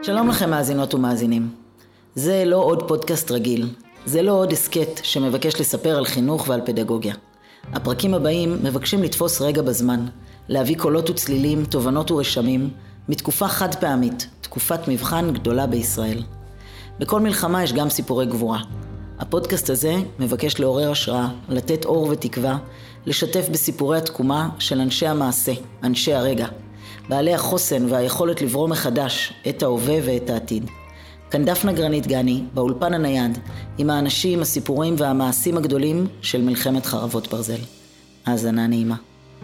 שלום לכם מאזינות ומאזינים. זה לא עוד פודקאסט רגיל. זה לא עוד הסקט שמבקש לספר על חינוך ועל פדגוגיה. הפרקים הבאים מבקשים לתפוס רגע בזמן, להביא קולות וצלילים, תובנות ורשמים, מתקופה חד פעמית, תקופת מבחן גדולה בישראל. בכל מלחמה יש גם סיפורי גבורה. הפודקאסט הזה מבקש לעורר השראה, לתת אור ותקווה, לשתף בסיפורי התקומה של אנשי המעשה, אנשי הרגע, בעלי החוסן והיכולת לברוא מחדש את ההווה ואת העתיד. כאן דפנה גרנית גני, באולפן הנייד, עם האנשים, הסיפורים והמעשים הגדולים של מלחמת חרבות ברזל. האזנה נעימה.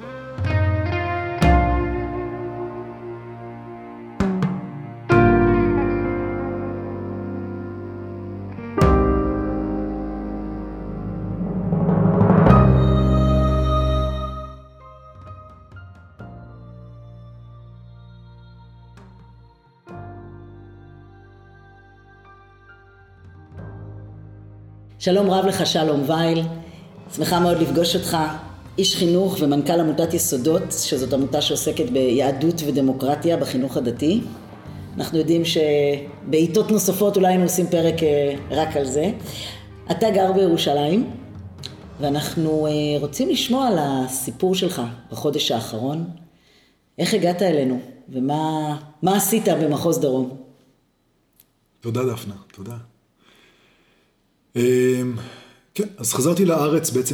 שלום רב לך, שלום וייל. שמחה מאוד לפגוש אותך, איש חינוך ומנכ"ל עמותת יסודות, שזאת עמותה שעוסקת ביהדות ודמוקרטיה בחינוך הדתי. אנחנו יודעים שבעיתות נוספות אולי היינו עושים פרק רק על זה. אתה גר בירושלים, ואנחנו רוצים לשמוע על הסיפור שלך בחודש האחרון. איך הגעת אלינו, ומה עשית במחוז דרום? תודה דפנה, תודה. כן, אז חזרתי לארץ בעצם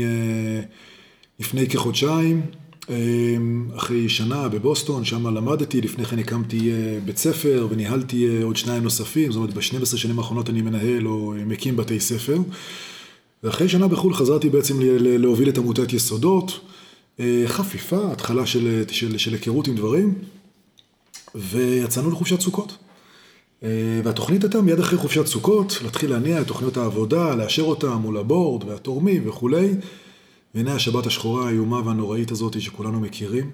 לפני כחודשיים, אחרי שנה בבוסטון, שם למדתי, לפני כן הקמתי בית ספר וניהלתי עוד 2 נוספים, זאת אומרת ב-12 שנים האחרונות אני מנהל או מקים בתי ספר, ואחרי שנה בחול חזרתי בעצם להוביל את עמותת יסודות, חפיפה, התחלה של היכרות עם דברים, ויצאנו לחופשת סוכות. והתוכנית הייתה מיד אחרי חופשת סוכות, להתחיל להניע את תוכניות העבודה, לאשר אותה מול הבורד והתורמים וכו'. והנה השבת השחורה האיומה והנוראית הזאת שכולנו מכירים.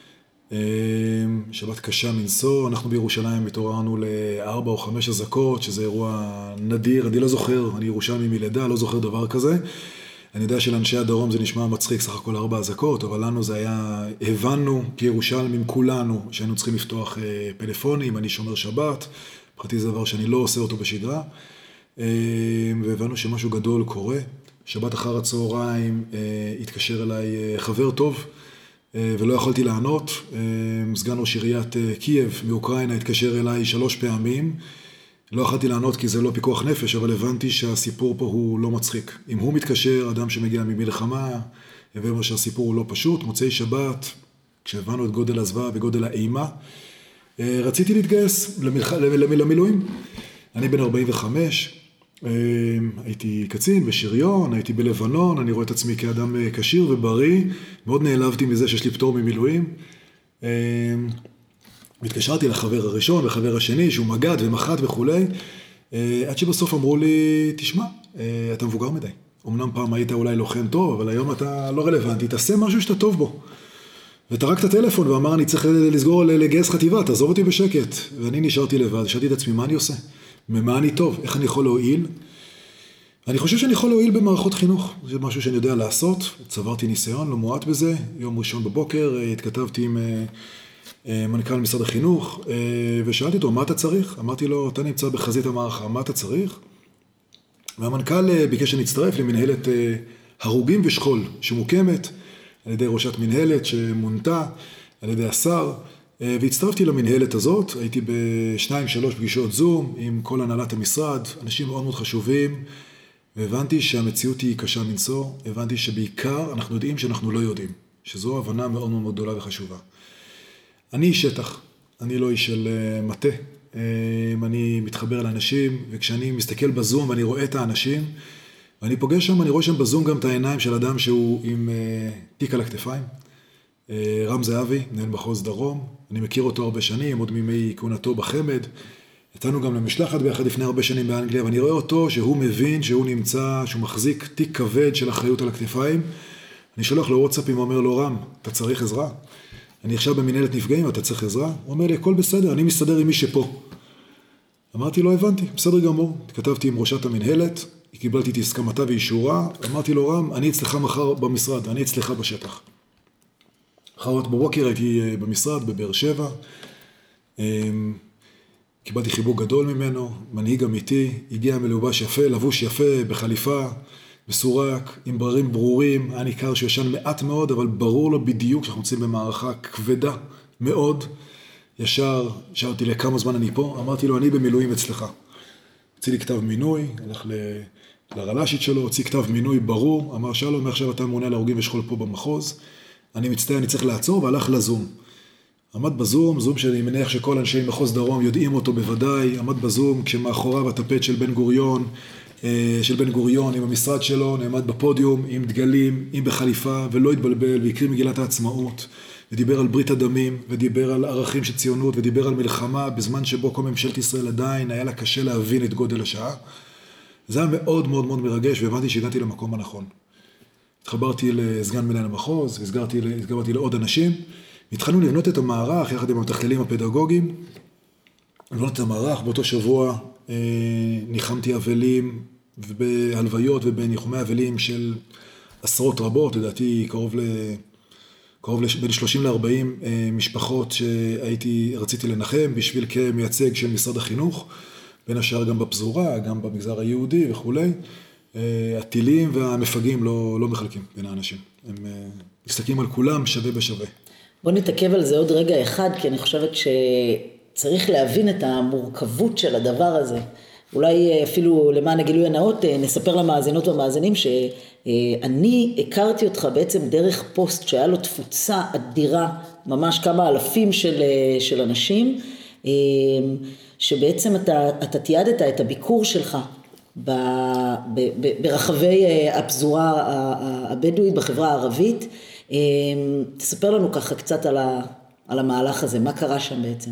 שבת קשה מנשוא, אנחנו בירושלים התעוררנו ל4 או 5 אזעקות, שזה אירוע נדיר, אני לא זוכר, אני ירושלמי מלידה, לא זוכר דבר כזה. אני יודע שלאנשי הדרום זה נשמע מצחיק, סך הכל 4 אזעקות, אבל לנו זה היה, הבנו כירושלמים כולנו, שהיינו צריכים לפתוח פלאפונים, אני שומר שבת, פרטי זה דבר שאני לא עושה אותו בשדרה, והבנו שמשהו גדול קורה. שבת אחר הצהריים התקשר אליי חבר טוב, ולא יכולתי לענות. סגן ראש עיריית קייב מאוקראינה התקשר אליי 3 פעמים. לא יכולתי לענות כי זה לא פיקוח נפש, אבל הבנתי שהסיפור פה הוא לא מצחיק. אם הוא מתקשר, אדם שמגיע ממלחמה, הבנו שהסיפור הוא לא פשוט. מוצאי שבת, כשהבנו את גודל הזוועה וגודל האימה, רציתי להתגייס למילואים. אני בן 45, הייתי קצין בשריון, הייתי בלבנון, אני רואה את עצמי כאדם כשיר ובריא, מאוד נעלבתי מזה שיש לי פטור ממילואים. התקשרתי לחבר הראשון וחבר השני, שהוא מגד ומח"ט וכו', עד שבסוף אמרו לי, תשמע, אתה מבוגר מדי. אמנם פעם היית אולי לוחם טוב, אבל היום אתה לא רלוונטי, תעשה משהו שאתה טוב בו. ותרק את הטלפון ואמר, אני צריך לסגור, לגייס חטיבה, תעזוב אותי בשקט. ואני נשארתי לבד, שאלתי את עצמי, מה אני עושה? ממה אני טוב? איך אני יכול להועיל? אני חושב שאני יכול להועיל במערכות חינוך. זה משהו שאני יודע לעשות. צברתי ניסיון, לא מועט בזה. יום ראשון בבוקר התכתבתי עם מנכ"ל משרד החינוך, ושאלתי אותו, מה אתה צריך? אמרתי לו, אתה נמצא בחזית המערכה, מה אתה צריך? והמנכ"ל ביקש שנצטרף למנהלת הרוגים ושכול, שמוקמת על ידי ראשת מנהלת שמונתה על ידי השר, והצטרפתי למנהלת הזאת, הייתי ב2-3 פגישות זום עם כל הנהלת המשרד, אנשים מאוד מאוד חשובים, והבנתי שהמציאות היא קשה מנשוא, הבנתי שבעיקר אנחנו יודעים שאנחנו לא יודעים, שזו הבנה מאוד מאוד גדולה וחשובה. אני איש שטח, אני לא איש של מטה, אני מתחבר לאנשים, וכשאני מסתכל בזום ואני רואה את האנשים, ואני פוגש שם, אני רואה שם בזום גם את העיניים של אדם שהוא עם תיק על הכתפיים. רם זהבי, מנהל מחוז דרום, אני מכיר אותו הרבה שנים, עוד מימי כהונתו בחמד. יצאנו גם למשלחת ביחד לפני הרבה שנים באנגליה, ואני רואה אותו שהוא מבין שהוא נמצא, שהוא מחזיק תיק כבד של אחריות על הכתפיים. אני שולח לו וואטסאפים ואומר לו, רם, אתה צריך עזרה? אני עכשיו במנהלת נפגעים, אתה צריך עזרה? הוא אומר לי, הכל בסדר, אני מסתדר עם מי שפה. אמרתי לו, הבנתי, בסדר גמור. התכתבתי עם ראשת המנהלת, קיבלתי את הסכמתה ואישורה, אמרתי לו, רם, אני אצלך מחר במשרד, אני אצלך בשטח. אחרת בבוקר הייתי במשרד בבאר שבע, קיבלתי חיבוק גדול ממנו, מנהיג אמיתי, הגיע מלובש יפה, לבוש יפה, בחליפה, מסורק, עם בררים ברורים, היה ניכר שהוא ישן מעט מאוד, אבל ברור לו בדיוק שאנחנו נמצאים במערכה כבדה מאוד. ישר, שאלתי לכמה זמן אני פה, אמרתי לו, אני במילואים אצלך. הוציא לי כתב מינוי, הלך לרל"שית שלו, הוציא כתב מינוי ברור, אמר שלום, מעכשיו אתה ממונה על ההרוגים ושכול פה במחוז, אני מצטער, אני צריך לעצור, והלך לזום. עמד בזום, זום שאני מניח שכל אנשי מחוז דרום יודעים אותו בוודאי, עמד בזום כשמאחוריו הטפט של בן גוריון עם המשרד שלו, נעמד בפודיום עם דגלים, עם בחליפה, ולא התבלבל, והקריא מגילת העצמאות, ודיבר על ברית הדמים, ודיבר על ערכים של ציונות, ודיבר על מלחמה, בזמן שבו כל ממשלת ישראל עדיין היה לה קשה להבין את גודל השעה. זה היה מאוד מאוד מאוד מרגש, והבנתי שהגעתי למקום הנכון. התחברתי לסגן מנהל המחוז, והתגברתי לעוד אנשים, התחלנו לבנות את המערך יחד עם המתכללים הפדגוגיים. לבנות את המערך, באותו שבוע ניחמתי אבלים בהלוויות ובניחומי אבלים של עשרות רבות, לדעתי קרוב בין 30 ל-40 משפחות רציתי לנחם בשביל כמייצג של משרד החינוך, בין השאר גם בפזורה, גם במגזר היהודי וכו'. הטילים והמפגעים לא מחלקים בין האנשים, הם מסתכלים על כולם שווה בשווה. בוא נתעכב על זה עוד רגע אחד, כי אני חושבת שצריך להבין את המורכבות של הדבר הזה. אולי אפילו למען הגילוי הנאות, נספר למאזינות והמאזינים שאני הכרתי אותך בעצם דרך פוסט שהיה לו תפוצה אדירה, ממש כמה אלפים של אנשים, שבעצם אתה תיעדת את הביקור שלך ברחבי הפזורה הבדואית, בחברה הערבית. תספר לנו ככה קצת על המהלך הזה, מה קרה שם בעצם?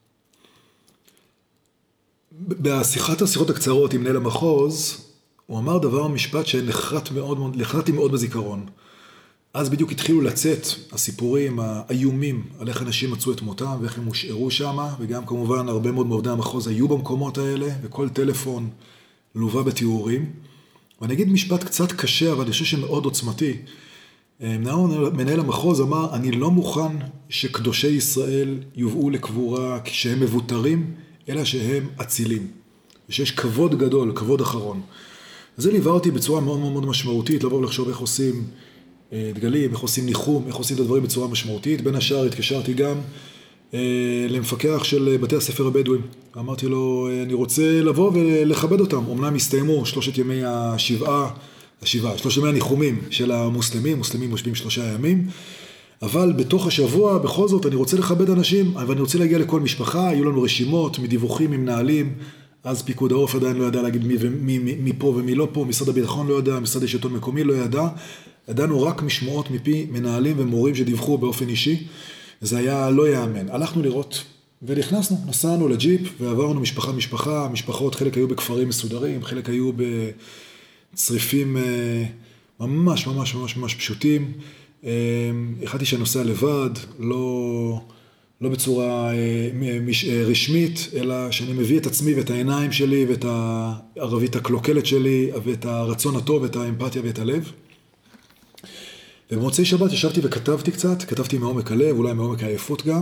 השיחות הקצרות עם מנהל המחוז, הוא אמר דבר משפט שנחרטתי מאוד בזיכרון. אז בדיוק התחילו לצאת הסיפורים האיומים על איך אנשים מצאו את מותם ואיך הם הושארו שם, וגם כמובן הרבה מאוד מעובדי המחוז היו במקומות האלה, וכל טלפון לובה בתיאורים. ואני אגיד משפט קצת קשה, אבל אני חושב שמאוד עוצמתי. מנהל המחוז אמר, אני לא מוכן שקדושי ישראל יובאו לקבורה כשהם מבוטרים, אלא שהם אצילים. ושיש כבוד גדול, כבוד אחרון. זה ליווה אותי בצורה מאוד מאוד משמעותית, לבוא ולחשוב איך עושים דגלים, איך עושים ניחום, איך עושים את הדברים בצורה משמעותית. בין השאר התקשרתי גם למפקח של בתי הספר הבדואים. אמרתי לו, אני רוצה לבוא ולכבד אותם. אמנם הסתיימו 3 ימי שלושה ימי הניחומים של המוסלמים יושבים 3 ימים, אבל בתוך השבוע, בכל זאת, אני רוצה לכבד אנשים, אבל אני רוצה להגיע לכל משפחה, היו לנו רשימות, מדיווחים, ממנהלים, אז פיקוד העורף עדיין לא ידע להגיד מי פה ומי לא פה, משרד הביטחון לא ידע, משרד השלטון המקומי לא ידע, ידענו רק משמועות מפי מנהלים ומורים שדיווחו באופן אישי, זה היה לא יאמן. הלכנו לראות ונכנסנו, נסענו לג'יפ ועברנו משפחה, משפחות, חלק היו בכפרים מסודרים, חלק היו בצריפים ממש ממש ממש ממש פשוטים. החלטתי שנוסע לבד, לא בצורה רשמית, אלא שאני מביא את עצמי ואת העיניים שלי ואת הערבית הקלוקלת שלי ואת הרצון הטוב ואת האמפתיה ואת הלב. ובמוצאי שבת ישבתי וכתבתי קצת, כתבתי מעומק הלב, אולי מעומק העייפות גם.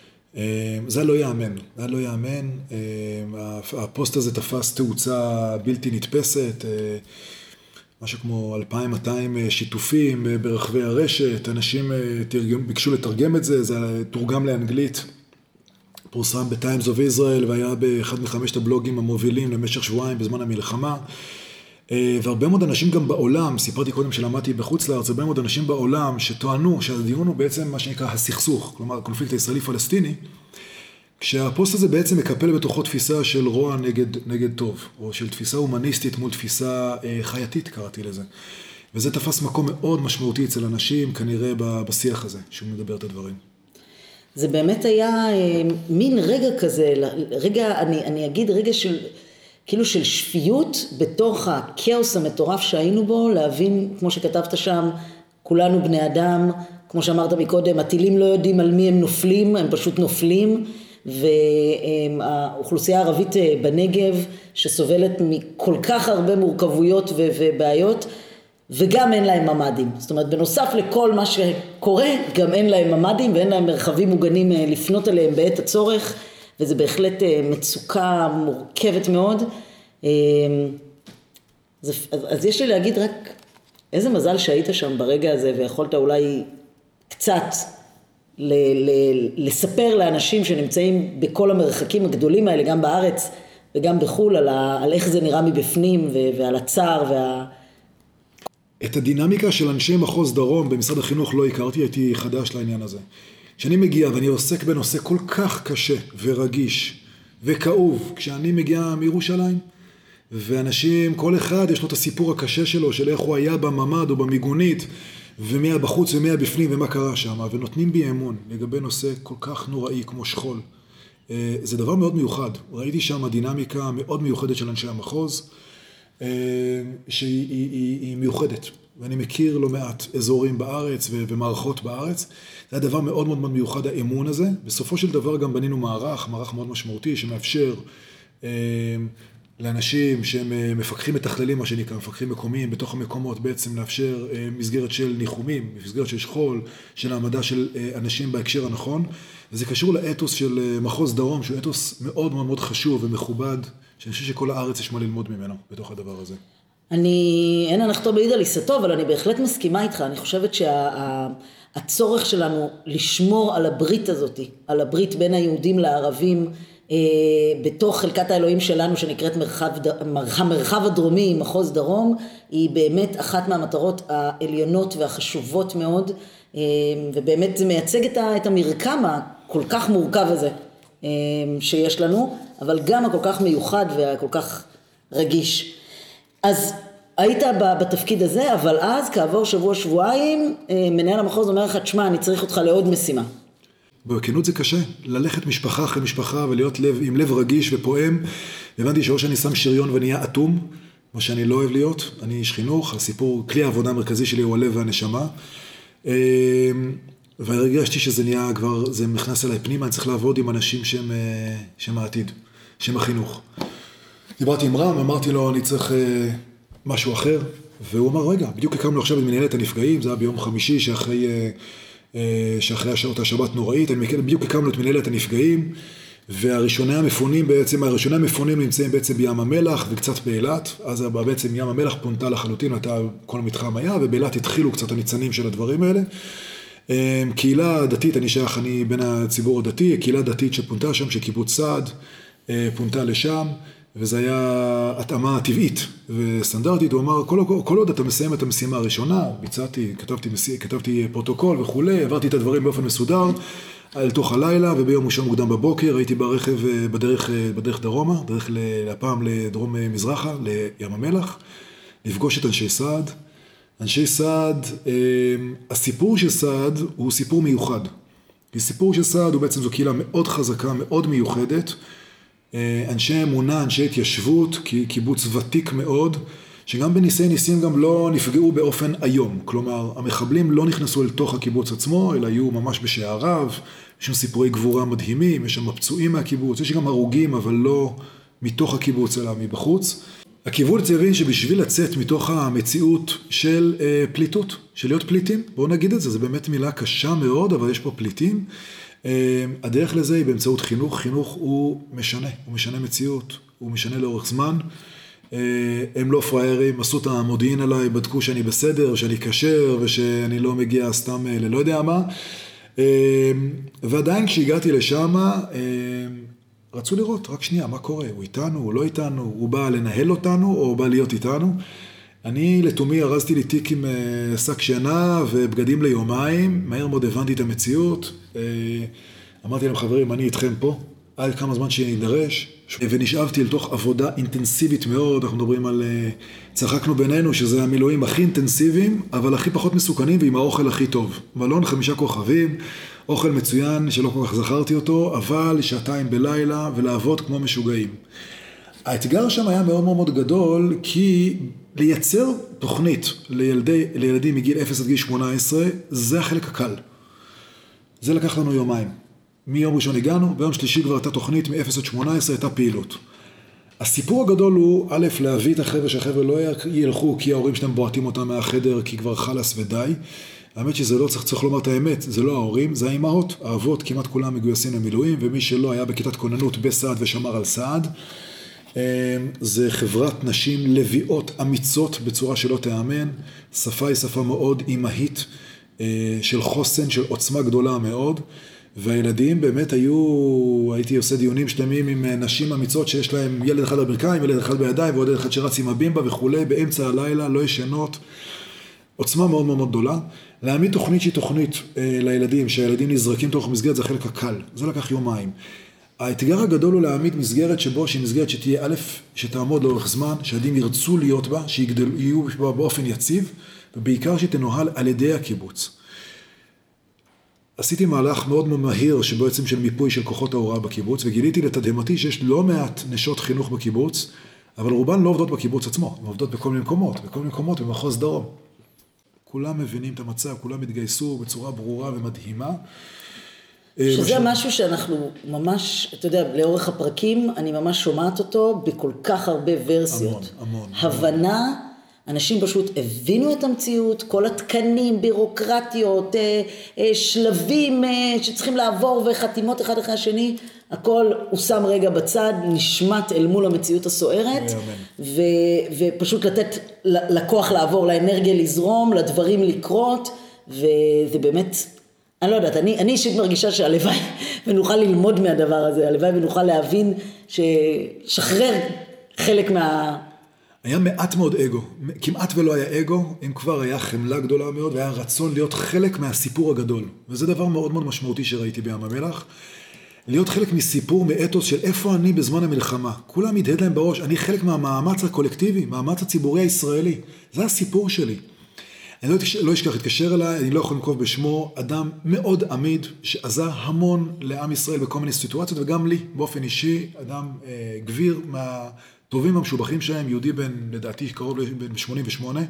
זה לא יאמן, הפוסט הזה תפס תאוצה בלתי נתפסת, משהו כמו 2,200 שיתופים ברחבי הרשת, אנשים ביקשו לתרגם את זה, זה תורגם לאנגלית, פורסם ב-Times of Israel והיה באחד מ5 הבלוגים המובילים למשך שבועיים בזמן המלחמה, והרבה מאוד אנשים גם בעולם, סיפרתי קודם שלמדתי בחוץ לארץ, הרבה מאוד אנשים בעולם שטוענו שהדיון הוא בעצם מה שנקרא הסכסוך, כלומר הקונפליקט הישראלי-פלסטיני, כשהפוסט הזה בעצם מקפל בתוכו תפיסה של רוע נגד טוב, או של תפיסה הומניסטית מול תפיסה חייתית, קראתי לזה. וזה תפס מקום מאוד משמעותי אצל אנשים, כנראה בשיח הזה, שהוא מדבר את הדברים. זה באמת היה מין רגע כזה, אני אגיד רגע של, כאילו של שפיות בתוך הכאוס המטורף שהיינו בו, להבין, כמו שכתבת שם, כולנו בני אדם, כמו שאמרת מקודם, הטילים לא יודעים על מי הם נופלים, הם פשוט נופלים, והאוכלוסייה הערבית בנגב שסובלת מכל כך הרבה מורכבויות ובעיות, וגם אין להם ממדים. זאת אומרת, בנוסף לכל מה שקורה, גם אין להם ממדים ואין להם מרחבים מוגנים לפנות אליהם בעת הצורך, וזה בהחלט מצוקה מורכבת מאוד. אז יש לי להגיד רק איזה מזל שהיית שם ברגע הזה, ויכולת אולי קצת לספר לאנשים שנמצאים בכל המרחקים הגדולים האלה, גם בארץ וגם בחול, על איך זה נראה מבפנים ועל הצער את הדינמיקה של אנשי מחוז דרום במשרד החינוך לא הכרתי, הייתי חדש לעניין הזה. כשאני מגיע ואני עוסק בנושא כל כך קשה ורגיש וכאוב, כשאני מגיע מירושלים, ואנשים, כל אחד יש לו את הסיפור הקשה שלו, של איך הוא היה בממד או במיגונית, ומי בחוץ ומי בפנים ומה קרה שם, ונותנים בי אמון לגבי נושא כל כך נוראי כמו שכול. זה דבר מאוד מיוחד. ראיתי שם דינמיקה מאוד מיוחדת של אנשי המחוז, שהיא מיוחדת. ואני מכיר לא מעט אזורים בארץ ומערכות בארץ. זה היה דבר מאוד מאוד מיוחד, האמון הזה. בסופו של דבר גם בנינו מערך מאוד משמעותי, שמאפשר לאנשים שהם מפקחים מתכללים, מה שנקרא, מפקחים מקומיים, בתוך המקומות בעצם לאפשר מסגרת של ניחומים, מסגרת של שכול, של העמדה של אנשים בהקשר הנכון. וזה קשור לאתוס של מחוז דרום, שהוא אתוס מאוד מאוד מאוד חשוב ומכובד, שאני חושב שכל הארץ יש מה ללמוד ממנו בתוך הדבר הזה. אין הנחתו בעיד על עיסתו, אבל אני בהחלט מסכימה איתך. אני חושבת שהצורך שלנו לשמור על הברית הזאת, על הברית בין היהודים לערבים, בתוך חלקת האלוהים שלנו שנקראת המרחב הדרומי, מחוז דרום, היא באמת אחת מהמטרות העליונות והחשובות מאוד, ובאמת זה מייצג את המרקם הכל כך מורכב הזה שיש לנו, אבל גם הכל כך מיוחד והכל כך רגיש. אז היית בתפקיד הזה, אבל אז כעבור שבוע-שבועיים מנהל המחוז אומר לך, תשמע, אני צריך אותך לעוד משימה. בכנות זה קשה, ללכת משפחה אחרי משפחה ולהיות עם לב רגיש ופועם. הבנתי שאו שאני שם שריון ונהיה אטום, מה שאני לא אוהב להיות, אני איש חינוך, הסיפור, כלי העבודה המרכזי שלי הוא הלב והנשמה. והרגשתי שזה נהיה כבר, זה נכנס אליי פנימה, אני צריך לעבוד עם אנשים שהם העתיד, שהם החינוך. דיברתי עם רם, אמרתי לו, אני צריך משהו אחר, והוא אמר, רגע, בדיוק הקמנו עכשיו את מנהלת הנפגעים, זה היה ביום חמישי שאחרי השעות השבת נוראית, בדיוק הקמנו את מנהלת הנפגעים, והראשוני המפונים נמצאים בעצם בים המלח וקצת באילת, אז בעצם ים המלח פונתה לחלוטין, כל המתחם היה, ובאילת התחילו קצת הניצנים של הדברים האלה. קהילה דתית, אני בין הציבור הדתי, קהילה דתית שפונתה שם, שקיבוץ סעד, פונתה לשם, וזה היה התאמה טבעית וסטנדרטית. הוא אמר, כל עוד אתה מסיים את המשימה הראשונה, ביצעתי, כתבתי פרוטוקול וכו', עברתי את הדברים באופן מסודר, אל תוך הלילה, וביום ראשון מוקדם בבוקר, הייתי ברכב בדרך דרומה, דרך הפעם לדרום מזרחה, לים המלח, לפגוש את אנשי סעד. אנשי סעד, הסיפור של סעד הוא סיפור מיוחד. כי סיפור של סעד הוא בעצם זו קהילה מאוד חזקה, מאוד מיוחדת, אנשי אמונה, אנשי התיישבות, קיבוץ ותיק מאוד, שגם בניסי ניסים גם לא נפגעו באופן היום. כלומר, המחבלים לא נכנסו אל תוך הקיבוץ עצמו, אלא היו ממש בשעריו, יש שם סיפורי גבורה מדהימים, יש שם פצועים מהקיבוץ, יש גם הרוגים, אבל לא מתוך הקיבוץ, אלא מבחוץ. הקיבוץ הבין שבשביל לצאת מתוך המציאות של פליטות, של להיות פליטים, בואו נגיד את זה, זה באמת מילה קשה מאוד, אבל יש פה פליטים. הדרך לזה היא באמצעות חינוך. חינוך הוא משנה מציאות, הוא משנה לאורך זמן. הם לא פריירים, עשו את המודיעין עליי, בדקו שאני בסדר, שאני קשר, ושאני לא מגיע סתם ללא יודע מה. ועדיין כשהגעתי לשם, רצו לראות, רק שנייה, מה קורה? הוא איתנו, הוא לא איתנו, הוא בא לנהל אותנו, או הוא בא להיות איתנו. אני לתומי הרזתי לי תיק עם שק שינה ובגדים ליומיים, מהר מאוד הבנתי את המציאות, אמרתי להם, חברים, אני איתכם פה, עד כמה זמן שנדרש, ונשאבתי לתוך עבודה אינטנסיבית מאוד. אנחנו מדברים על, צחקנו בינינו שזה המילואים הכי אינטנסיביים, אבל הכי פחות מסוכנים ועם האוכל הכי טוב. מלון 5 כוכבים, אוכל מצוין שלא כל כך זכרתי אותו, אבל 2 בלילה ולעבוד כמו משוגעים. האתגר שם היה מאוד מאוד גדול, כי לייצר תוכנית לילדים מגיל 0 עד גיל 18, זה החלק הקל. זה לקח לנו יומיים. מיום ראשון הגענו, ביום שלישי כבר הייתה תוכנית, מ-0 עד 18 הייתה פעילות. הסיפור הגדול הוא, א', להביא את החבר'ה, שהחבר'ה לא ילכו כי ההורים שלהם בועטים אותם מהחדר, כי כבר חלס ודי. האמת שזה לא צריך לומר את האמת, זה לא ההורים, זה האימהות, האבות, כמעט כולם מגויסים למילואים, ומי שלא היה בכיתת כוננות בסעד ושמר על סעד, זה חברת נשים לביאות אמיצות בצורה שלא תאמן, שפה היא שפה מאוד אימהית, של חוסן, של עוצמה גדולה מאוד, והילדים באמת הייתי עושה דיונים שלמים עם נשים אמיצות שיש להם ילד אחד בברכיים, ילד אחד בידיים ועוד ילד אחד שרץ עם הבימבה וכולי, באמצע הלילה, לא ישנות, עוצמה מאוד מאוד גדולה. להעמיד תוכנית שהיא תוכנית לילדים, שהילדים נזרקים תוך מסגרת, זה החלק הקל, זה לקח יומיים. האתגר הגדול הוא להעמיד מסגרת שהיא מסגרת שתהיה א', שתעמוד לאורך זמן, שהילדים ירצו להיות בה, שיהיו בה באופן יציב, ובעיקר שתנוהל על ידי הקיבוץ. עשיתי מהלך מאוד מהיר שבעצם של מיפוי של כוחות ההוראה בקיבוץ, וגיליתי לתדהמתי שיש לא מעט נשות חינוך בקיבוץ, אבל רובן לא עובדות בקיבוץ עצמו, הן עובדות בכל מיני מקומות במחוז דרום. כולם מבינים את המצב, כולם התגייסו בצורה ברורה ומדהימה. שזה משהו שאנחנו ממש, אתה יודע, לאורך הפרקים, אני ממש שומעת אותו בכל כך הרבה ורסיות. המון. הבנה, אנשים פשוט הבינו את המציאות, כל התקנים, בירוקרטיות, שלבים שצריכים לעבור וחתימות אחד אחרי השני, הכל הוא שם רגע בצד, נשמט אל מול המציאות הסוערת, ופשוט לתת לכוח לעבור, לאנרגיה לזרום, לדברים לקרות, וזה באמת, אני לא יודעת, אני אישית מרגישה שהלוואי ונוכל ללמוד מהדבר הזה, הלוואי ונוכל להבין ששחרר חלק היה מעט מאוד אגו, כמעט ולא היה אגו, אם כבר היה חמלה גדולה מאוד, והיה רצון להיות חלק מהסיפור הגדול. וזה דבר מאוד מאוד משמעותי שראיתי בים המלח. להיות חלק מסיפור, מאתוס של איפה אני בזמן המלחמה. כולם ידהד להם בראש, אני חלק מהמאמץ הקולקטיבי, מאמץ הציבורי הישראלי. זה הסיפור שלי. אני לא אשכח, התקשר אליי, אני לא יכול לנקוב בשמו, אדם מאוד עמיד, שעזר המון לעם ישראל בכל מיני סיטואציות, וגם לי, באופן אישי, אדם גביר מהטובים המשובחים שלהם, יהודי לדעתי קרוב בין 88,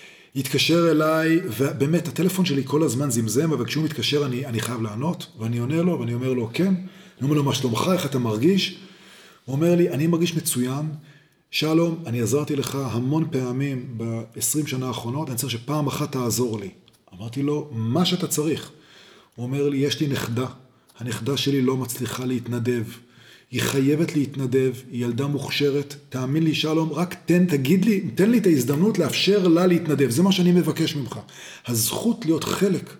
התקשר אליי, ובאמת הטלפון שלי כל הזמן זמזם, אבל כשהוא מתקשר אני חייב לענות, ואני עונה לו, ואני אומר לו כן, אני אומר לו מה שלומך, איך אתה מרגיש? הוא אומר לי, אני מרגיש מצוין, שלום, אני עזרתי לך המון פעמים ב-20 שנה האחרונות, אני צריך שפעם אחת תעזור לי. אמרתי לו, מה שאתה צריך. הוא אומר לי, יש לי נכדה, הנכדה שלי לא מצליחה להתנדב, היא חייבת להתנדב, היא ילדה מוכשרת, תאמין לי שלום, רק תן לי את ההזדמנות לאפשר לה להתנדב, זה מה שאני מבקש ממך. הזכות להיות חלק,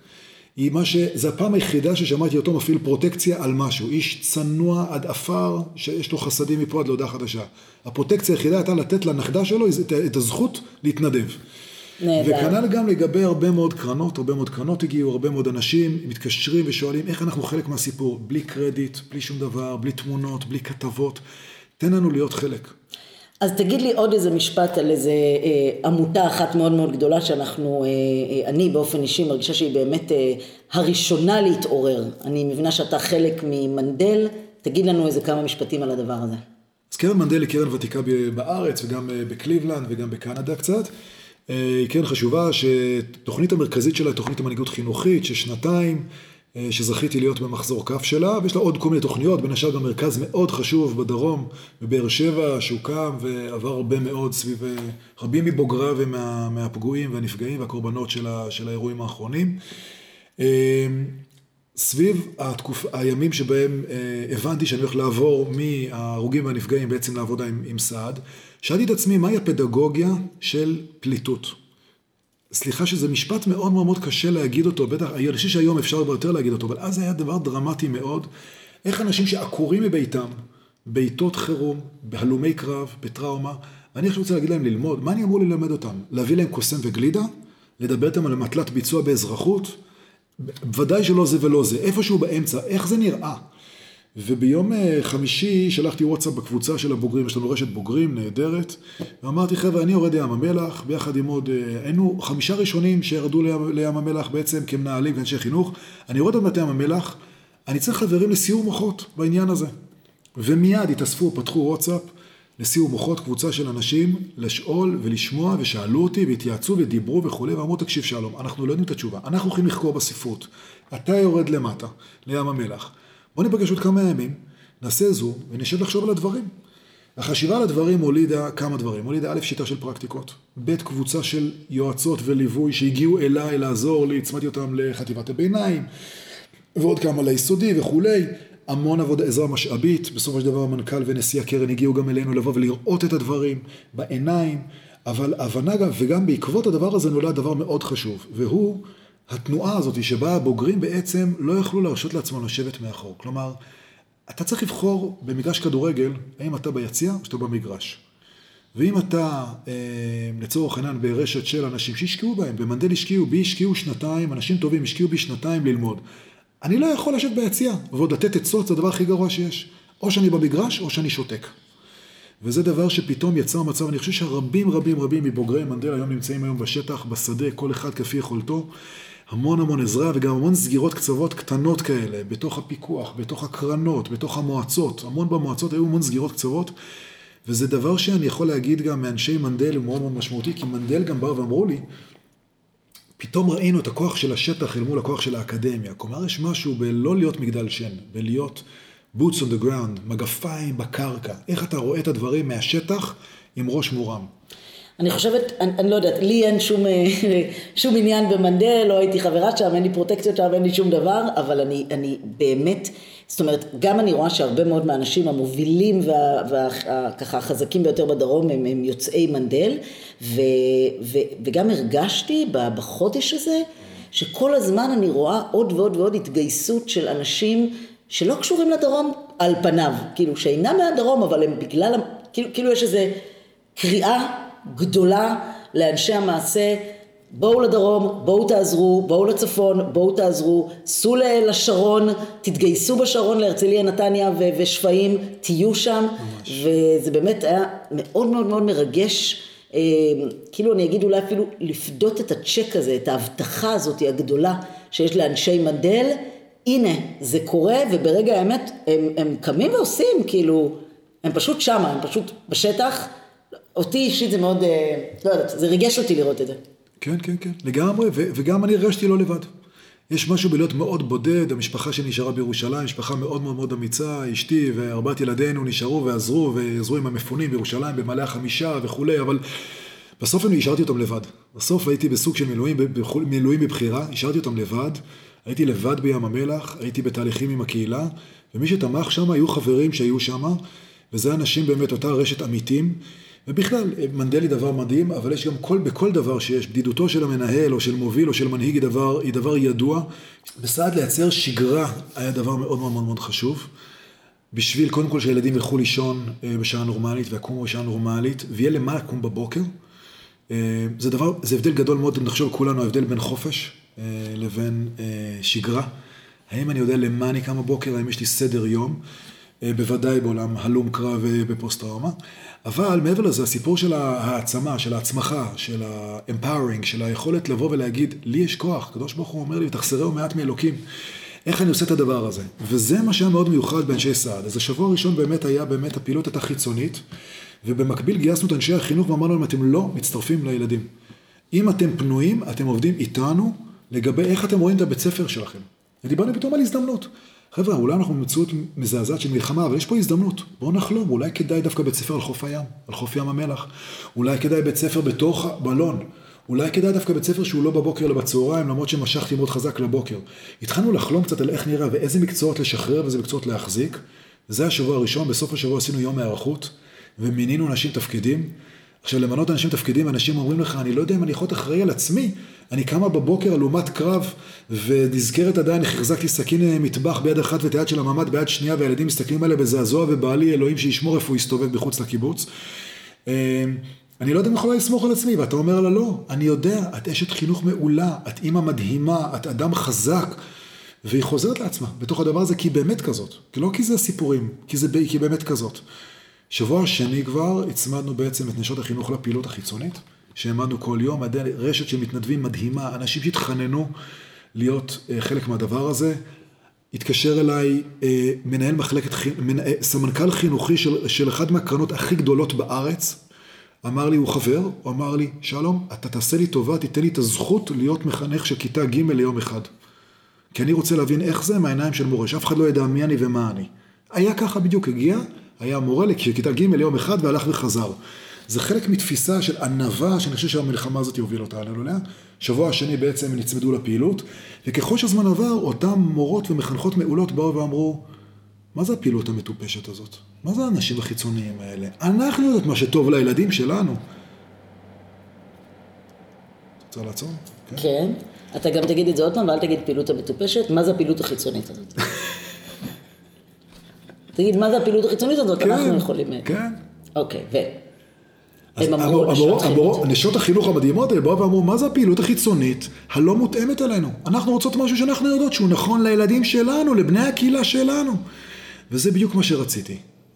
זה הפעם היחידה ששמעתי אותו מפעיל פרוטקציה על משהו, איש צנוע עד אפר, שיש לו חסדים מפה עד להודעה חדשה. הפרוטקציה היחידה הייתה לתת לנכדה שלו את הזכות להתנדב. וכנ"ל גם לגבי הרבה מאוד קרנות הגיעו, הרבה מאוד אנשים מתקשרים ושואלים איך אנחנו חלק מהסיפור, בלי קרדיט, בלי שום דבר, בלי תמונות, בלי כתבות, תן לנו להיות חלק. אז תגיד לי עוד איזה משפט על איזה עמותה אחת מאוד מאוד גדולה אני באופן אישי מרגישה שהיא באמת הראשונה להתעורר. אני מבינה שאתה חלק ממנדל, תגיד לנו איזה כמה משפטים על הדבר הזה. אז קרן מנדל היא קרן ותיקה בארץ וגם בקליבלנד וגם בקנדה קצת. היא קרן חשובה שתוכנית המרכזית שלה היא תוכנית המנהיגות חינוכית ששנתיים, שזכיתי להיות במחזור כף שלה, ויש לה עוד כל מיני תוכניות, בין השאר גם מרכז מאוד חשוב בדרום, בבאר שבע, שהוקם ועבר הרבה מאוד סביב רבים מבוגריו ומהפגועים והנפגעים והקורבנות של האירועים האחרונים. סביב הימים שבהם הבנתי שאני הולך לעבור מההרוגים והנפגעים בעצם לעבודה עם סעד, שאלתי את עצמי מהי הפדגוגיה של פליטות. סליחה שזה משפט מאוד מאוד קשה להגיד אותו, בטח, אני חושב שהיום אפשר יותר להגיד אותו, אבל אז היה דבר דרמטי מאוד, איך אנשים שעקורים מביתם, בעיתות חירום, בהלומי קרב, בטראומה, אני רוצה להגיד להם ללמוד, מה אני אמור ללמד אותם? להביא להם קוסם וגלידה, לדבר איתם על מטלת ביצוע באזרחות, ודאי שלא זה ולא זה, איפשהו באמצע, איך זה נראה? וביום חמישי שלחתי וואטסאפ בקבוצה של הבוגרים, יש לנו רשת בוגרים נהדרת, ואמרתי חבר'ה, אני יורד לים המלח, ביחד עם עוד, היינו 5 ראשונים שירדו לים המלח בעצם כמנהלים כאנשי חינוך, אני יורד עוד מטה ים המלח, אני צריך חברים לסיור מוחות בעניין הזה. ומיד התאספו, פתחו וואטסאפ לסיור מוחות, קבוצה של אנשים, לשאול ולשמוע, ושאלו אותי והתייעצו ודיברו וכו', ואמרו תקשיב שלום, אנחנו לא יודעים את התשובה, אנחנו הולכים לחקור בספרות, אתה יורד למטה, לים המלח. בוא ניפגש עוד כמה ימים, נעשה זום ונשב לחשוב על הדברים. החשיבה על הדברים הולידה כמה דברים. הולידה א', שיטה של פרקטיקות. ב', קבוצה של יועצות וליווי שהגיעו אליי לעזור לי, הצמדתי אותם לחטיבת הביניים, ועוד כמה ליסודי וכולי. המון עבודה, עזרה משאבית. בסופו של דבר המנכ"ל ונשיא הקרן הגיעו גם אלינו לבוא ולראות את הדברים בעיניים. אבל הבנה גם, וגם בעקבות הדבר הזה נולד דבר מאוד חשוב. והוא התנועה הזאת שבה הבוגרים בעצם לא יכלו להרשות לעצמם לשבת מאחור. כלומר, אתה צריך לבחור במגרש כדורגל, האם אתה ביציע או שאתה במגרש. ואם אתה, לצורך העניין, ברשת של אנשים שהשקיעו בהם, במנדל השקיעו, בי השקיעו שנתיים, אנשים טובים השקיעו בי שנתיים ללמוד. אני לא יכול לשבת ביציע, ועוד לתת עצות, זה הדבר הכי גרוע שיש. או שאני במגרש או שאני שותק. וזה דבר שפתאום יצר מצב, אני חושב שהרבים מבוגרי מנדל היום נמצאים היום בשטח, בשדה, כל אחד כפי יכולתו. המון עזרה וגם המון סגירות קצוות קטנות כאלה, בתוך הפיקוח, בתוך הקרנות, בתוך המועצות. המון במועצות היו המון סגירות קצוות, וזה דבר שאני יכול להגיד גם מאנשי מנדל, הוא מאוד משמעותי, כי מנדל גם באו ואמרו לי, פתאום ראינו את הכוח של השטח אל מול הכוח של האקדמיה. כלומר, יש משהו בלא להיות מגדל שן, בלהיות boots on the ground, מגפיים בקרקע. איך אתה רואה את הדברים מהשטח עם ראש מורם? אני חושבת, אני לא יודעת, לי אין שום עניין במנדל, לא הייתי חברה שם, אין לי פרוטקציות שם, אין לי שום דבר, אבל אני באמת, זאת אומרת, גם אני רואה שהרבה מאוד מהאנשים המובילים וככה החזקים ביותר בדרום הם יוצאי מנדל, וגם הרגשתי בחודש הזה, שכל הזמן אני רואה עוד ועוד התגייסות של אנשים שלא קשורים לדרום על פניו, כאילו שאינם מהדרום, אבל הם בגלל, כאילו יש איזו קריאה גדולה לאנשי המעשה, בואו לדרום, בואו תעזרו, בואו לצפון, בואו תעזרו, סעו לשרון, תתגייסו בשרון להרצליה, נתניה ושפיים, תהיו שם, וזה באמת היה מאוד מרגש, כאילו אני אגיד אולי אפילו לפדות את הצ'ק הזה, את ההבטחה הזאת הגדולה שיש לאנשי מנדל, הנה זה קורה, וברגע האמת הם קמים ועושים, כאילו הם פשוט שם, הם פשוט בשטח, אותי אישית זה מאוד, לא יודעת, זה ריגש אותי לראות את זה. כן, לגמרי, וגם אני הרגשתי לא לבד. יש משהו בלהיות מאוד בודד, המשפחה שנשארה בירושלים, משפחה מאוד אמיצה, אשתי וארבעת ילדינו נשארו ועזרו עם המפונים בירושלים, במעלה החמישה וכולי, אבל בסוף אני השארתי אותם לבד. בסוף הייתי בסוג של מילואים בבחירה, השארתי אותם לבד, הייתי לבד בים המלח, הייתי בתהליכים עם הקהילה, ומי שתמך שם היו חברים שהיו שם, וזה אנשים באמת אותה רשת אמיתים, ובכלל, מנדל היא דבר מדהים, אבל יש גם בכל דבר שיש, בדידותו של המנהל או של מוביל או של מנהיג היא דבר ידוע. בסעד לייצר שגרה היה דבר מאוד חשוב, בשביל קודם כל שילדים ילכו לישון בשעה נורמלית ויקומו בשעה נורמלית, ויהיה למה לקום בבוקר. זה הבדל גדול מאוד, אם נחשוב כולנו, ההבדל בין חופש לבין שגרה. האם אני יודע למה אני קם בבוקר, האם יש לי סדר יום, בוודאי בעולם הלום קרב בפוסט-טראומה. אבל מעבר לזה, הסיפור של העצמה, של ההצמחה, של ה-empowering, של היכולת לבוא ולהגיד, לי יש כוח, הקדוש ברוך הוא אומר לי, ותחסרהו מעט מאלוקים. איך אני עושה את הדבר הזה? וזה מה שהיה מאוד מיוחד באנשי סעד. אז השבוע הראשון באמת היה הפעילות החיצונית, ובמקביל גייסנו את אנשי החינוך ואמרנו להם, אתם לא מצטרפים לילדים. אם אתם פנויים, אתם עובדים איתנו לגבי איך אתם רואים את הבית ספר שלכם. ודיברנו פתאום על הזדמנות. חבר'ה, אולי אנחנו במציאות מזעזעת של מלחמה, אבל יש פה הזדמנות. בואו נחלום, אולי כדאי דווקא בית ספר על חוף הים, על חוף ים המלח. אולי כדאי בית ספר בתוך בלון. אולי כדאי דווקא בית ספר שהוא לא בבוקר אלא בצהריים, למרות שמשכתי מאוד חזק לבוקר. התחלנו לחלום קצת על איך נראה ואיזה מקצועות לשחרר ואיזה מקצועות להחזיק. וזה השבוע הראשון, בסוף השבוע עשינו יום הערכות, ומינינו אנשים תפקידים. עכשיו, למנות אנשים תפקידים, אנשים אומרים לך, אני לא יודע אם אני יכול אחראי על עצמי. אני קמה בבוקר על אומת קרב, ונזכרת עדיין, החזקתי סכין מטבח ביד אחת ואת היד של הממד ביד שנייה, והילדים מסתכלים עליה בזעזוע, ובעלי אלוהים שישמור איפה הוא יסתובב בחוץ לקיבוץ. אני לא יודע אם יכולה לסמוך על עצמי, ואתה אומר לה, לא, אני יודע, את אשת חינוך מעולה, את אימא מדהימה, את אדם חזק, והיא חוזרת לעצמה בתוך הדבר הזה, כי היא באמת כזאת. לא כי זה סיפורים, כי היא באמת כזאת. שבוע שני כבר הצמדנו בעצם את נשות החינוך לפעילות החיצונית, שהעמדנו כל יום, רשת של מתנדבים מדהימה, אנשים שהתחננו להיות חלק מהדבר הזה. התקשר אליי מנהל סמנכ"ל חינוכי של אחד מהקרנות הכי גדולות בארץ, אמר לי, הוא חבר, הוא אמר לי, שלום, אתה תעשה לי טובה, תיתן לי את הזכות להיות מחנך של כיתה ג' ליום אחד. כי אני רוצה להבין איך זה מהעיניים של מורה, שאף אחד לא ידע מי אני ומה אני. היה ככה בדיוק, הגיע, היה מורה לכיתה ג' יום אחד והלך וחזר. זה חלק מתפיסה של ענווה, שאני חושב שהמלחמה הזאת יוביל אותה עלינו אליה. שבוע השני בעצם נצמדו לפעילות, וככל שהזמן עבר, אותם מורות ומחנכות מעולות באו ואמרו, מה זה הפעילות המטופשת הזאת? מה זה האנשים החיצוניים האלה? אנחנו יודעת מה שטוב לילדים שלנו. רוצה לעצור? כן. אתה גם תגיד את זה עוד פעם, ואל תגיד פעילות המטופשת. מה זה הפעילות החיצונית הזאת? תגיד, מה זה הפעילות החיצונית הזאת? אנחנו יכולים... כן. אוקיי, הם אמרו... נשות החינוך המדהימות האלה באו ואמרו, מה זה הפעילות החיצונית הלא מותאמת עלינו? אנחנו רוצות משהו שאנחנו יודעות שהוא נכון לילדים שלנו, לבני הקהילה שלנו. וזה בדיוק מה שרציתי.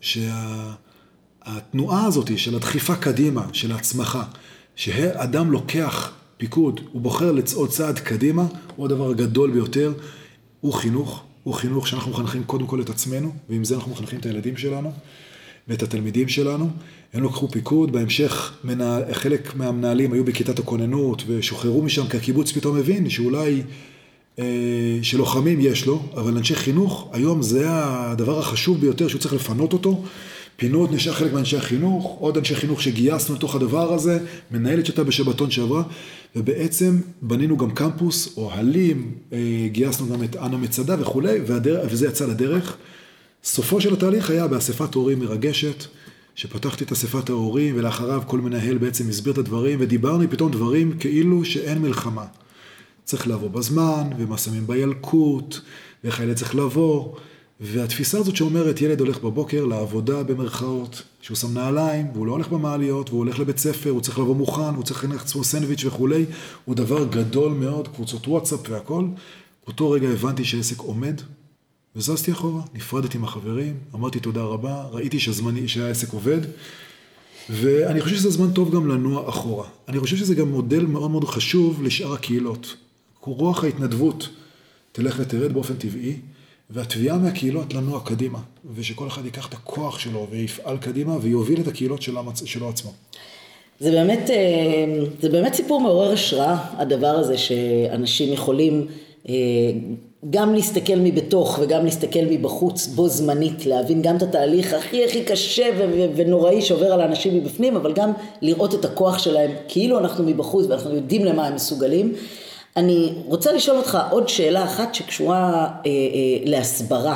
שהתנועה הזאת של הדחיפה קדימה, של ההצמחה, שהאדם לוקח פיקוד, הוא בוחר לצעוד צעד קדימה, הוא הדבר הגדול ביותר, הוא חינוך. הוא חינוך שאנחנו מחנכים קודם כל את עצמנו, ועם זה אנחנו מחנכים את הילדים שלנו, ואת התלמידים שלנו. הם לקחו פיקוד, בהמשך חלק מהמנהלים היו בכיתת הכוננות, ושוחררו משם, כי הקיבוץ פתאום מבין שאולי שלוחמים יש לו, אבל אנשי חינוך, היום זה הדבר החשוב ביותר שהוא צריך לפנות אותו. פינו את נשאר חלק מאנשי החינוך, עוד אנשי חינוך שגייסנו לתוך הדבר הזה, מנהלת שאתה בשבתון שעברה, ובעצם בנינו גם קמפוס, אוהלים, גייסנו גם את אנה מצדה וכו', וזה יצא לדרך. סופו של התהליך היה באספת הורים מרגשת, שפתחתי את אספת ההורים, ולאחריו כל מנהל בעצם הסביר את הדברים, ודיברנו פתאום דברים כאילו שאין מלחמה. צריך לבוא בזמן, ומה שמים בילקוט, ואיך הילד צריך לבוא, והתפיסה הזאת שאומרת, ילד הולך בבוקר לעבודה במרכאות, שהוא שם נעליים, והוא לא הולך במעליות, והוא הולך לבית ספר, הוא צריך לבוא מוכן, הוא צריך להכניס עצמו סנדוויץ' וכולי, הוא דבר גדול מאוד, קבוצות וואטסאפ והכל. באותו רגע הבנתי שהעסק עומד, וזזתי אחורה, נפרדתי עם החברים, אמרתי תודה רבה, ראיתי שהעסק עובד, ואני חושב שזה זמן טוב גם לנוע אחורה. אני חושב שזה גם מודל מאוד מאוד חשוב לשאר הקהילות. רוח ההתנדבות תלך ותרד באופן טבעי, והתביעה מהקהילות לנוע קדימה, ושכל אחד ייקח את הכוח שלו ויפעל קדימה ויוביל את הקהילות שלו עצמו. זה באמת סיפור מעורר השראה, הדבר הזה שאנשים יכולים גם להסתכל מבתוך וגם להסתכל מבחוץ בו זמנית, להבין גם את התהליך הכי קשה ונוראי שעובר על האנשים מבפנים, אבל גם לראות את הכוח שלהם כאילו אנחנו מבחוץ ואנחנו יודעים למה הם מסוגלים. אני רוצה לשאול אותך עוד שאלה אחת שקשורה להסברה.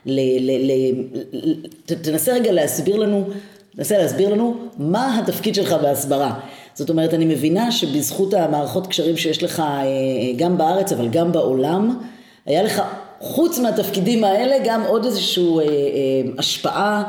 תנסה רגע להסביר לנו מה התפקיד שלך בהסברה. זאת אומרת, אני מבינה שבזכות המערכות קשרים שיש לך גם בארץ אבל גם בעולם, היה לך חוץ מהתפקידים האלה גם עוד איזשהו השפעה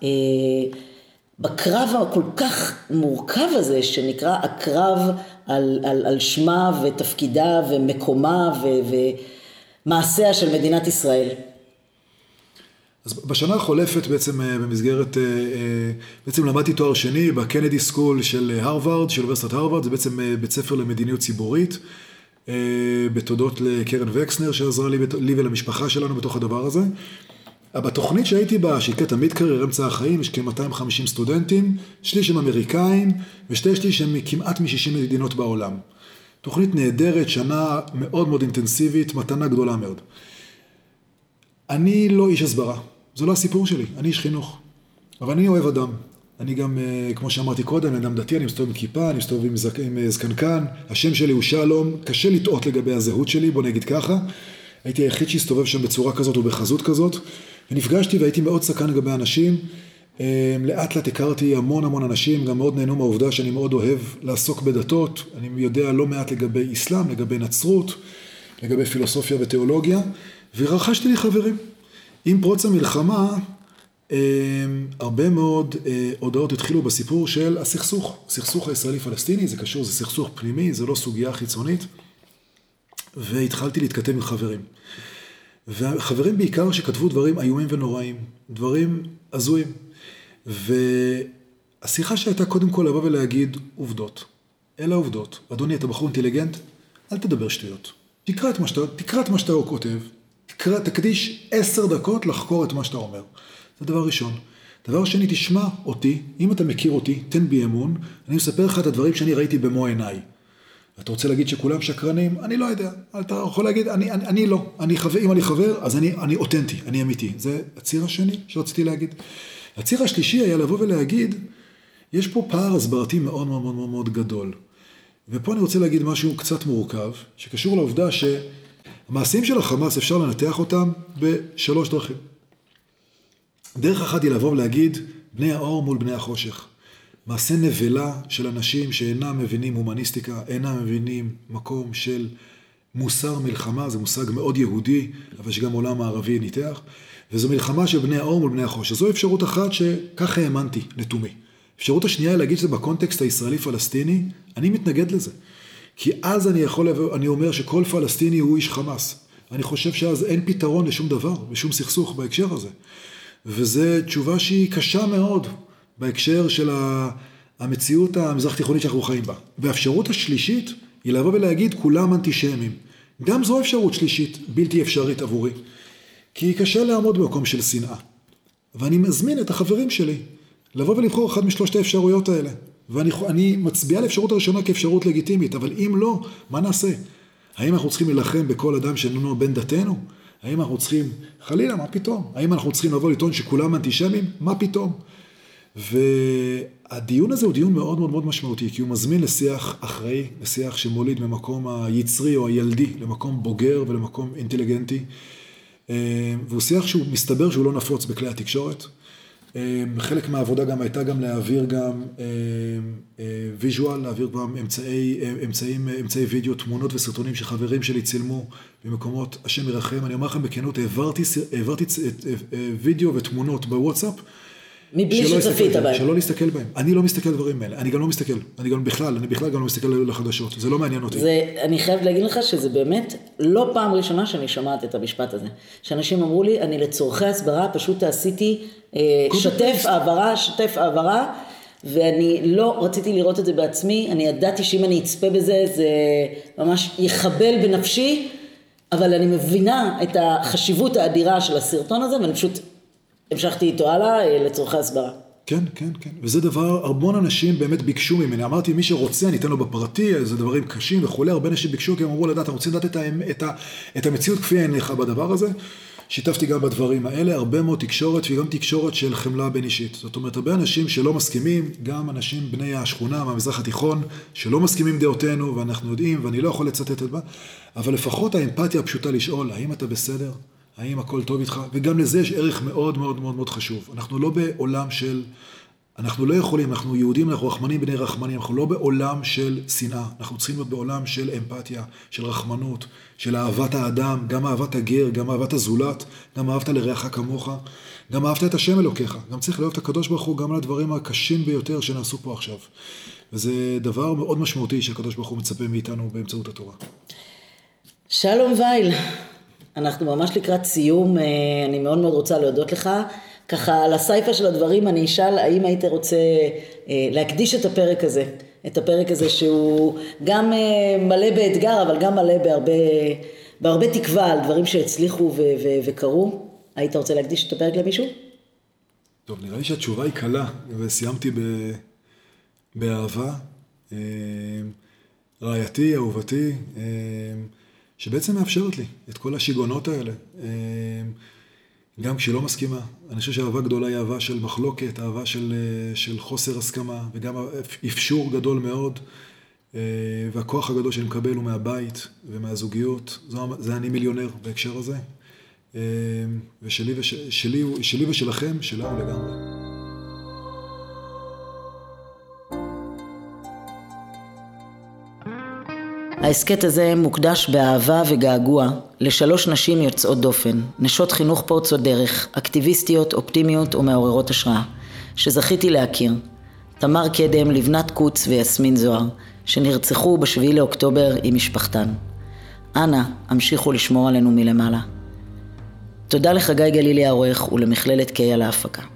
בקרב הכל כך מורכב הזה שנקרא הקרב על שמה ותפקידה ומקומה ומעשיה של מדינת ישראל. אז בשנה החולפת בעצם במסגרת, בעצם למדתי תואר שני בקנדי סקול של הרווארד, של אוניברסיטת הרווארד, זה בעצם בית ספר למדיניות ציבורית, בתודות לקרן וקסנר שעזרה לי ולמשפחה שלנו בתוך הדבר הזה. בתוכנית שהייתי בה, שנקראת המיד-קרייר אמצע החיים, יש כ-250 סטודנטים, שליש הם אמריקאים, ושתי שליש הם כמעט מ-60 מדינות בעולם. תוכנית נהדרת, שנה מאוד מאוד אינטנסיבית, מתנה גדולה מאוד. אני לא איש הסברה, זה לא הסיפור שלי, אני איש חינוך. אבל אני אוהב אדם. אני גם, כמו שאמרתי קודם, אדם דתי, אני מסתובב עם כיפה, אני מסתובב עם זקנקן, השם שלי הוא שלום, קשה לטעות לגבי הזהות שלי, בוא נגיד ככה. הייתי היחיד שהסתובב שם בצורה כזאת ובחזות כזאת, ונפגשתי והייתי מאוד סקרן לגבי אנשים. לאט לאט הכרתי המון אנשים, גם מאוד נהנו מהעובדה שאני מאוד אוהב לעסוק בדתות. אני יודע לא מעט לגבי אסלאם, לגבי נצרות, לגבי פילוסופיה ותיאולוגיה, ורכשתי לי חברים. עם פרוץ המלחמה, הרבה מאוד הודעות התחילו בסיפור של הסכסוך הישראלי-פלסטיני, זה קשור, זה סכסוך פנימי, זה לא סוגיה חיצונית, והתחלתי להתכתב עם חברים. והחברים בעיקר שכתבו דברים איומים ונוראים, דברים הזויים. והשיחה שהייתה קודם כל לבוא ולהגיד עובדות. אלה עובדות. אדוני, אתה בחור אינטליגנט, אל תדבר שטויות. תקרא את מה שאתה כותב, תקדיש 10 דקות לחקור את מה שאתה אומר. זה דבר ראשון. דבר שני, תשמע אותי, אם אתה מכיר אותי, תן בי אמון, אני מספר לך את הדברים שאני ראיתי במו עיניי. אתה רוצה להגיד שכולם שקרנים? אני לא יודע. אתה יכול להגיד, אני לא. אם אני חבר, אז אני אותנטי, אני אמיתי. זה הציר השני שרציתי להגיד. הציר השלישי היה לבוא ולהגיד, יש פה פער הסברתי מאוד מאוד מאוד מאוד גדול. ופה אני רוצה להגיד משהו קצת מורכב, שקשור לעובדה שהמעשים של החמאס אפשר לנתח אותם בשלוש דרכים. דרך אחת היא לבוא ולהגיד, בני האור מול בני החושך. מעשה נבלה של אנשים שאינם מבינים הומניסטיקה, אינם מבינים מקום של מוסר מלחמה, זה מושג מאוד יהודי, אבל שגם עולם הערבי ניתח, וזו מלחמה של בני האור מול בני החושך. זו אפשרות אחת שככה האמנתי לתומי. אפשרות השנייה היא להגיד שזה בקונטקסט הישראלי-פלסטיני, אני מתנגד לזה. כי אז אני אומר שכל פלסטיני הוא איש חמאס. אני חושב שאז אין פתרון לשום דבר, ושום סכסוך בהקשר הזה. וזו תשובה שהיא קשה מאוד בהקשר של המציאות המזרח תיכונית שאנחנו חיים בה. והאפשרות השלישית היא לבוא ולהגיד כולם אנטישמים. גם זו אפשרות שלישית, בלתי אפשרית עבורי. כי קשה לעמוד במקום של שנאה. ואני מזמין את החברים שלי לבוא ולבחור אחת משלושת האפשרויות האלה. ואני מצביע לאפשרות הראשונה כאפשרות לגיטימית, אבל אם לא, מה נעשה? האם אנחנו צריכים להילחם בכל אדם שאיננו בן דתנו? האם אנחנו צריכים, חלילה, מה פתאום? האם אנחנו צריכים לבוא לטעון שכולם אנטישמים? מה פתאום? והדיון הזה הוא דיון מאוד מאוד מאוד משמעותי, כי הוא מזמין לשיח אחראי, לשיח שמוליד ממקום היצרי או הילדי, למקום בוגר ולמקום אינטליגנטי. והוא שיח שהוא מסתבר שהוא לא נפוץ בכלי התקשורת. חלק מהעבודה גם הייתה גם להעביר גם ויז'ואל, להעביר גם אמצעי וידאו, תמונות וסרטונים שחברים שלי צילמו במקומות, השם ירחם. אני אומר לכם בכנות, העברתי וידאו ותמונות בוואטסאפ, מבלי שצפית בהם. שלא להסתכל בהם. אני לא מסתכל דברים האלה. אני גם לא מסתכל. אני בכלל גם לא מסתכל לחדשות. זה לא מעניין אותי. אני חייב להגיד לך שזה באמת לא פעם ראשונה שאני שומעת את המשפט הזה. שאנשים אמרו לי, אני לצורכי הסברה פשוט עשיתי שתף העברה, ואני לא רציתי לראות את זה בעצמי. אני ידעתי שאם אני אצפה בזה, זה ממש יחבל בנפשי, אבל אני מבינה את החשיבות האדירה של הסרטון הזה, ואני פשוט המשכתי איתו הלאה לצורכי הסברה. כן. וזה דבר, הרבה אנשים באמת ביקשו ממני. אמרתי, מי שרוצה, אני אתן לו בפרטי, זה דברים קשים וכולי. הרבה אנשים ביקשו, כי הם אמרו לדעת, אתה רוצה לדעת את המציאות כפי עיניך בדבר הזה. שיתפתי גם בדברים האלה, הרבה מאוד תקשורת, וגם תקשורת של חמלה בין אישית. זאת אומרת, הרבה אנשים שלא מסכימים, גם אנשים בני השכונה, מהמזרח התיכון, שלא מסכימים דעותינו, ואנחנו יודעים, ואני לא יכול לצטט את זה, אבל לפחות האמפתיה הפשוטה לשאול, האם אתה בסדר? האם הכל טוב איתך? וגם לזה יש ערך מאוד מאוד מאוד מאוד חשוב. אנחנו לא בעולם של, אנחנו לא יכולים, אנחנו יהודים, אנחנו רחמנים בני רחמנים, אנחנו לא בעולם של שנאה, אנחנו צריכים להיות בעולם של אמפתיה, של רחמנות, של אהבת האדם, גם אהבת הגר, גם אהבת הזולת, גם אהבת לרעך כמוך, גם אהבת את השם אלוקיך, גם צריך לאהוב את הקדוש ברוך הוא, גם על הדברים הקשים ביותר שנעשו פה עכשיו. וזה דבר מאוד משמעותי שהקדוש ברוך הוא מצפה מאיתנו באמצעות התורה. שלום וייל. אנחנו ממש לקראת סיום, אני מאוד מאוד רוצה להודות לך. ככה על הסייפה של הדברים אני אשאל, האם היית רוצה להקדיש את הפרק הזה שהוא גם מלא באתגר, אבל גם מלא בהרבה תקווה על דברים שהצליחו וקרו. היית רוצה להקדיש את הפרק למישהו? טוב, נראה לי שהתשובה היא קלה, וסיימתי באהבה. רעייתי, אהובתי, שבעצם מאפשרת לי את כל השיגעונות האלה, גם כשהיא לא מסכימה. אני חושב שהאהבה גדולה היא אהבה של מחלוקת, אהבה של חוסר הסכמה, וגם אפשור גדול מאוד, והכוח הגדול שאני מקבל הוא מהבית ומהזוגיות. זה אני מיליונר בהקשר הזה, ושלי ושלכם, שלנו לגמרי. העסקת הזה מוקדש באהבה וגעגוע לשלוש נשים יוצאות דופן, נשות חינוך פורצות דרך, אקטיביסטיות, אופטימיות ומעוררות השראה, שזכיתי להכיר. תמר קדם, לבנת קוץ ויסמין זוהר, שנרצחו ב7 לאוקטובר עם משפחתן. אנא, המשיכו לשמור עלינו מלמעלה. תודה לחגי גלילי העורך ולמכללת קיי על ההפקה.